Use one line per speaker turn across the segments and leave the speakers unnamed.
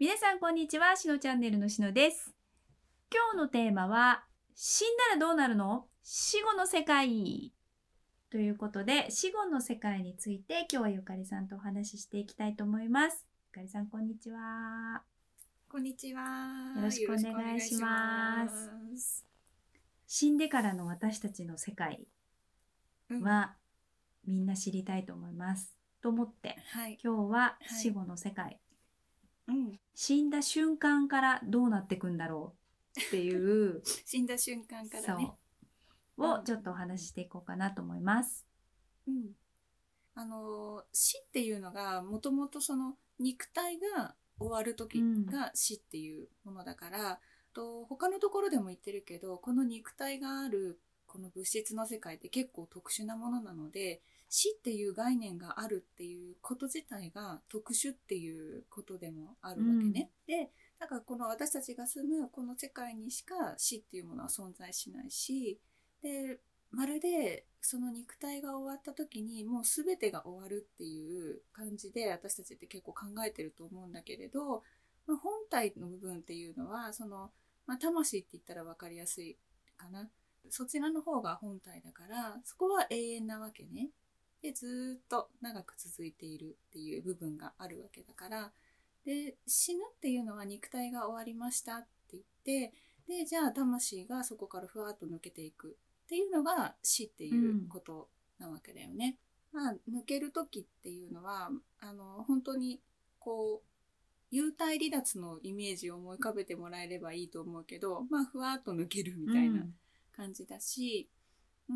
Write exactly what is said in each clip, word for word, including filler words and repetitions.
皆さんこんにちは、しのチャンネルのしのです。今日のテーマは死んだらどうなるの？死後の世界ということで、死後の世界について今日はゆかりさんとお話ししていきたいと思います。ゆかりさんこんにちは。
こんにちは。
よろしくお願いします。
す。
死んでからの私たちの世界
うん、
はみんな知りたいと思いますと思って、
はい、
今日は
はい
死後の世界、
うん、
死んだ瞬間からどうなっていくんだろうっていう
死んだ瞬間からね。
そうをちょっとお話ししていこうかなと思います。
うん、あの死っていうのがもともとその肉体が終わる時が死っていうものだから、うん、と他のところでも言ってるけど、この肉体があるこの物質の世界って結構特殊なものなので、死っていう概念があるっていうこと自体が特殊っていうことでもあるわけね。うん、でだからこの私たちが住むこの世界にしか死っていうものは存在しないし、でまるでその肉体が終わった時にもう全てが終わるっていう感じで私たちって結構考えてると思うんだけれど、まあ、本体の部分っていうのはその、まあ、魂って言ったら分かりやすいかな。そちらの方が本体だから、そこは永遠なわけね。でずっと長く続いているっていう部分があるわけだから、で死ぬっていうのは肉体が終わりましたって言って、でじゃあ魂がそこからふわっと抜けていくっていうのが死っていうことなわけだよね。うん、まあ抜ける時っていうのはあの本当にこう幽体離脱のイメージを思い浮かべてもらえればいいと思うけど、まあふわっと抜けるみたいな感じだし、うん、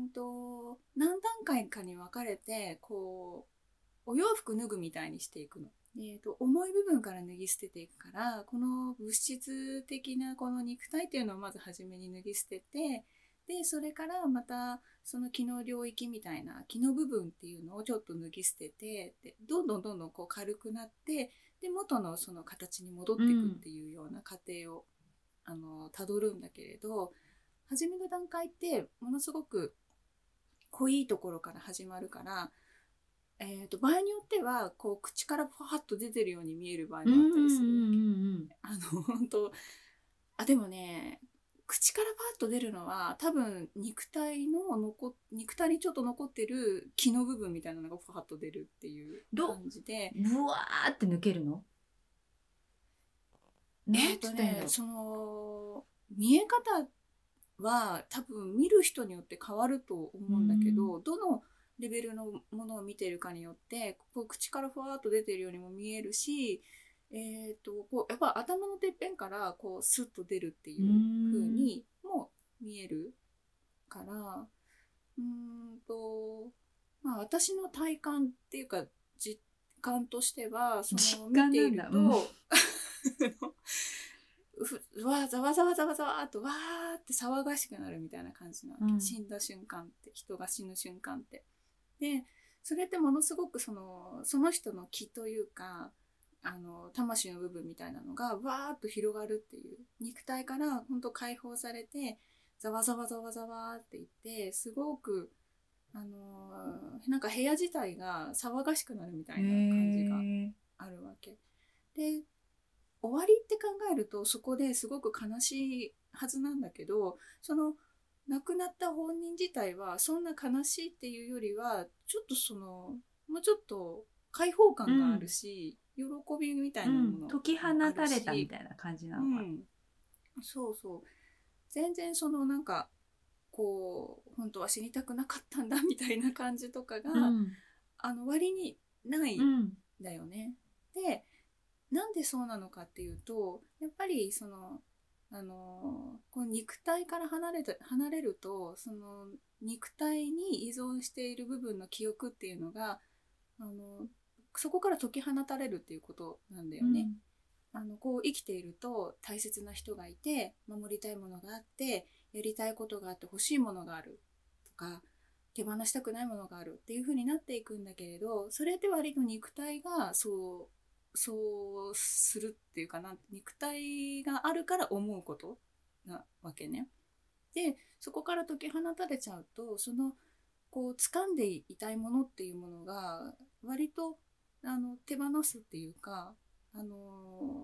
んと何段階かに分かれてこうお洋服脱ぐみたいにしていくの。えーと、重い部分から脱ぎ捨てていくから、この物質的なこの肉体っていうのをまず初めに脱ぎ捨てて、でそれからまたその気の領域みたいな気の部分っていうのをちょっと脱ぎ捨てて、でどんどんどんどんこう軽くなって、で元のその形に戻っていくっていうような過程を、うん、あのたどるんだけれど、初めの段階ってものすごく濃いところから始まるから、えー、と場合によってはこう口からパーッと出てるように見える場合もあったりするわけ。あの本当あでもね、口からパーッと出るのは多分肉体の残肉体にちょっと残ってる気の部分みたいなのがパーッと出るっていう感じで、
ブワーって抜けるの？
えっ、とねその見え方は多分見る人によって変わると思うんだけど、どのレベルのものを見ているかによってこう口からふわっと出てるようにも見えるし、えー、とこうやっぱ頭のてっぺんからこうスッと出るっていう風にも見えるから、うーんとまあ私の体感っていうか実感としてはその見ていると、うんわざわざわざわざわっとわーって騒がしくなるみたいな感じなわけ、うん、死んだ瞬間って、人が死ぬ瞬間って。でそれってものすごくそのその人の気というかあの魂の部分みたいなのがわーっと広がるっていう、肉体から本当解放されてざわざわざわざわっていって、すごくあのなんか部屋自体が騒がしくなるみたいな感じがあるわけで、終わりって考えるとそこですごく悲しいはずなんだけど、その亡くなった本人自体はそんな悲しいっていうよりはちょっとそのもうちょっと開放感があるし、うん、喜びみたいなものもあるし、うん、
解き放たれたみたいな感じなのか、うん、
そうそう、全然そのなんかこう本当は死にたくなかったんだみたいな感じとかが、うん、あの割にないんだよね、うん、でなんでそうなのかっていうと、やっぱりそのあのこの肉体から離れた離れると、その肉体に依存している部分の記憶っていうのがあのそこから解き放たれるっていうことなんだよね、うん、あのこう生きていると大切な人がいて、守りたいものがあって、やりたいことがあって、欲しいものがあるとか、手放したくないものがあるっていう風になっていくんだけれど、それって割と肉体がそうそうするっていうかな、肉体があるから思うことなわけね。でそこから解き放たれちゃうと、そのこう掴んでいたいものっていうものが割とあの手放すっていうか、あの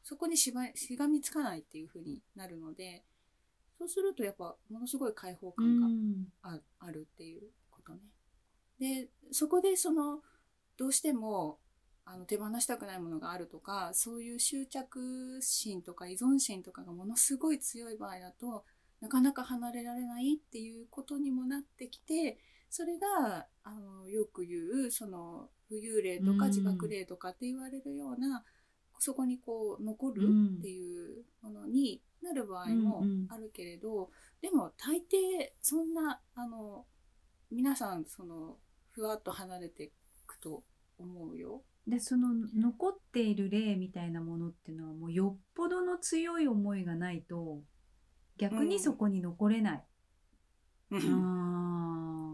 そこにしばしがみつかないっていう風になるので、そうするとやっぱものすごい開放感があ,、あるっていうことね。でそこでそのどうしてもあの手放したくないものがあるとか、そういう執着心とか依存心とかがものすごい強い場合だと、なかなか離れられないっていうことにもなってきて、それがあのよく言うその浮遊霊とか自爆霊とかって言われるような、そこにこう残るっていうものになる場合もあるけれど、うんうん、でも大抵そんなあの皆さんそのふわっと離れていくと思うよ。
でその残っている霊みたいなものっていうのはもうよっぽどの強い思いがないと逆にそこに残れない、
うん、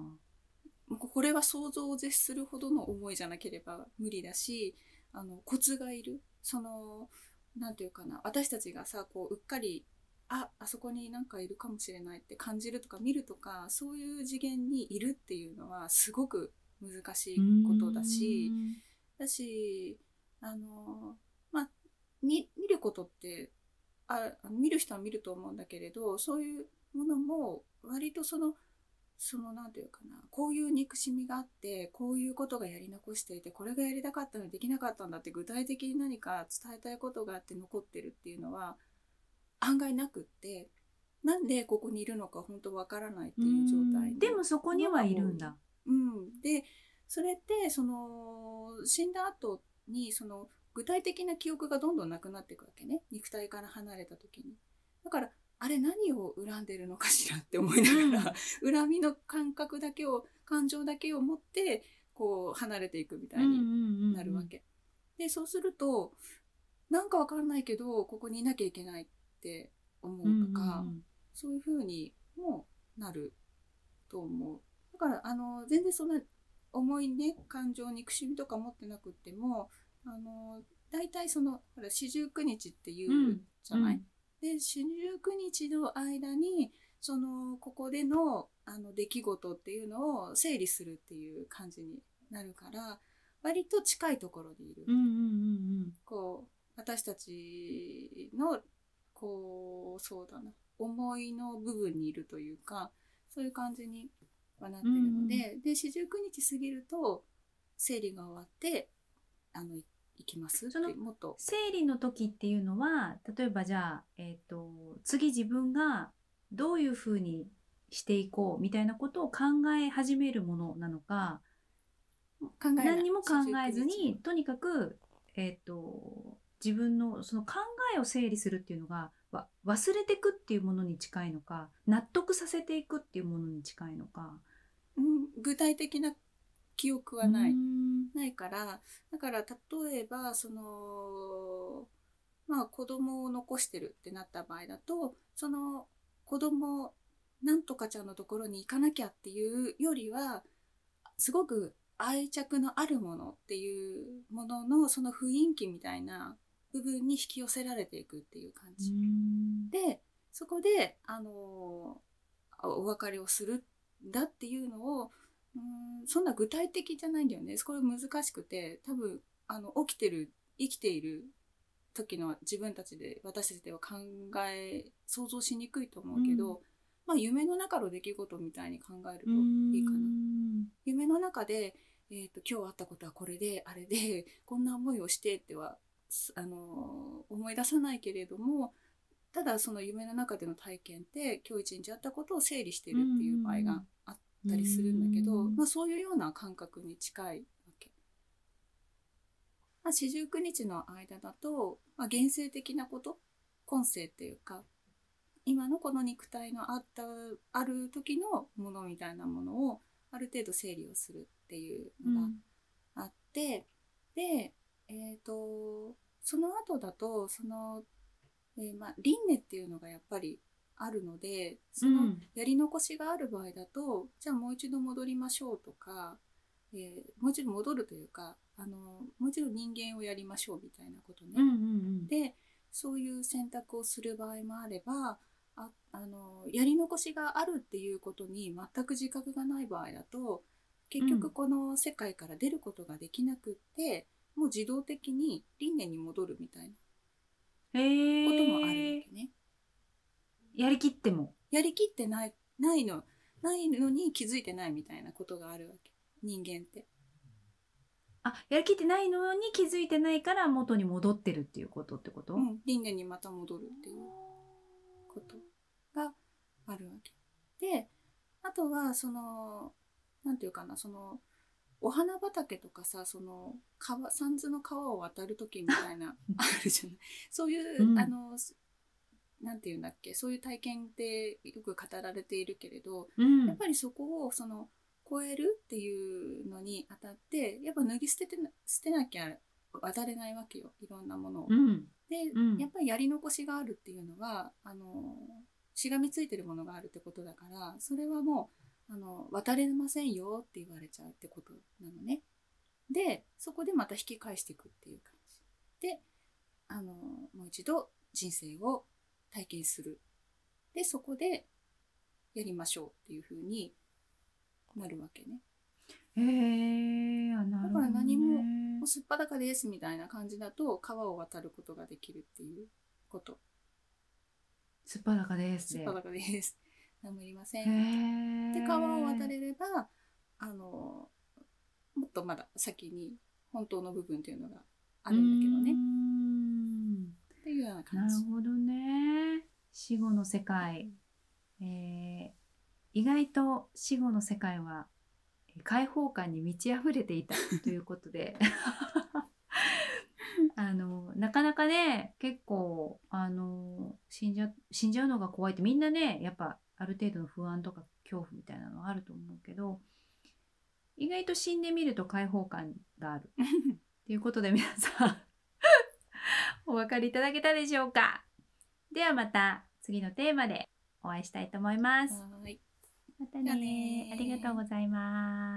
あこれは想像を絶するほどの思いじゃなければ無理だし、あのコツがいる。そのなんていうかな、私たちがさこううっかりああそこになんかいるかもしれないって感じるとか見るとか、そういう次元にいるっていうのはすごく難しいことだし、だしあのまあ見ることってあ見る人は見ると思うんだけれど、そういうものも割とそのそのなんていうかな、こういう憎しみがあってこういうことがやり残していて、これがやりたかったのにできなかったんだって具体的に何か伝えたいことがあって残ってるっていうのは案外なくって、なんでここにいるのか本当わからないっていう状態
でもそこにはいるんだ。
うん、でそれってその死んだ後にその具体的な記憶がどんどんなくなっていくわけね、肉体から離れた時に。だからあれ何を恨んでるのかしらって思いながら、うん、恨みの感覚だけを感情だけを持ってこう離れていくみたいになるわけ、でそうするとなんかわかんないけどここにいなきゃいけないって思うとか、うんうんうん、そういう風にもなると思う。だからあの全然そんな重いね感情憎しみとか持ってなくっても、あの大体そのほら四十九日っていうじゃない、うんうん、で四十九日の間にそのここでのあの出来事っていうのを整理するっていう感じになるから、割と近いところにいる、
うんうんうんうん、
こう私たちのこうそうだな思いの部分にいるというか、そういう感じにはなってるので、うんうん、で四十九日過ぎると生理が終わってあの行きますって。その
もっと生理の時っていうのは例えばじゃあ、えーと、次自分がどういうふうにしていこうみたいなことを考え始めるものなのか、考えない、何にも考えずにとにかく、えーと、自分のその考えを整理するっていうのが忘れていくっていうものに近いのか、納得させていくっていうものに近いのか、
うん、具体的な記憶はないないから、だから例えばそのまあ子供を残してるってなった場合だと、その子供なんとかちゃんのところに行かなきゃっていうよりは、すごく愛着のあるものっていうもののその雰囲気みたいな部分に引き寄せられていくっていう感じで、そこであのお別れをするんだっていうのを、うんそんな具体的じゃないんだよね。これ難しくて、多分あの起きてる生きている時の自分たちで私たちでは考え想像しにくいと思うけど、うん、まあ夢の中の出来事みたいに考えるといいかな。夢の中で、えーと、今日あったことはこれであれでこんな思いをしてってはあの思い出さないけれども、ただその夢の中での体験って今日一日あったことを整理してるっていう場合があったりするんだけど、まあ、そういうような感覚に近いわけ。まあ、四十九日の間だと、まあ、現世的なこと今世っていうか今のこの肉体のあったある時のものみたいなものをある程度整理をするっていうのがあって、うん、で、えーと、その後だとその、えーまあ、輪廻っていうのがやっぱりあるので、そのやり残しがある場合だと、うん、じゃあもう一度戻りましょうとか、えー、もう一度戻るというかあのもう一度人間をやりましょうみたいなことね、
うんうんうん、
でそういう選択をする場合もあれば、ああのやり残しがあるっていうことに全く自覚がない場合だと、結局この世界から出ることができなくって、うん、もう自動的に輪廻に戻るみたいな。
へ
こともあるわ
え。
けね。
やりきっても。
やりきってない、ないの、ないのに気づいてないみたいなことがあるわけ。人間って。
あ、やりきってないのに気づいてないから元に戻ってるっていうことってこと？
うん、輪廻にまた戻るっていうことがあるわけ。で、あとは、その、なんていうかな、その、お花畑とかさ、その、川、三途の川を渡るときみたいな、あるじゃない。そういう、
うん
あの、なんていうんだっけ、そういう体験ってよく語られているけれど、
うん
やっぱりそこを、その、超えるっていうのにあたって、やっぱ脱ぎ捨ててな、捨てなきゃ渡れないわけよ。いろんなものを。
うん
で、
うん
やっぱりやり残しがあるっていうのは、あの、しがみついてるものがあるってことだから、それはもう、あの、渡れませんよって言われちゃうってことなのね。で、そこでまた引き返していくっていう感じ。で、あの、もう一度人生を体験する。で、そこでやりましょうっていう風になるわけね。
へえ、あ、なるほどね。
だから何も、もうすっぱだかですみたいな感じだと、川を渡ることができるっていうこと。
すっぱだかですで。
すっぱだかです。何もいりませ
へ
ん。
え。
で、川を渡れれば、あの、もっとまだ先に本当の部分っていうのがあるんだけどね。
うーん。
っていうような感
なる
じ。
ほどね。死後の世界。えー、意外と死後の世界は開放感に満ち溢れていたということであのなかなかね結構あの死んじゃ死んじゃうのが怖いってみんなねやっぱある程度の不安とか恐怖みたいなのあると思うけど、意外と死んでみると開放感があるということで皆さんお分かりいただけたでしょうか。ではまた次のテーマでお会いしたいと思います。
はーい。
また
じゃあ
ね。
ねー
ありがとうございます。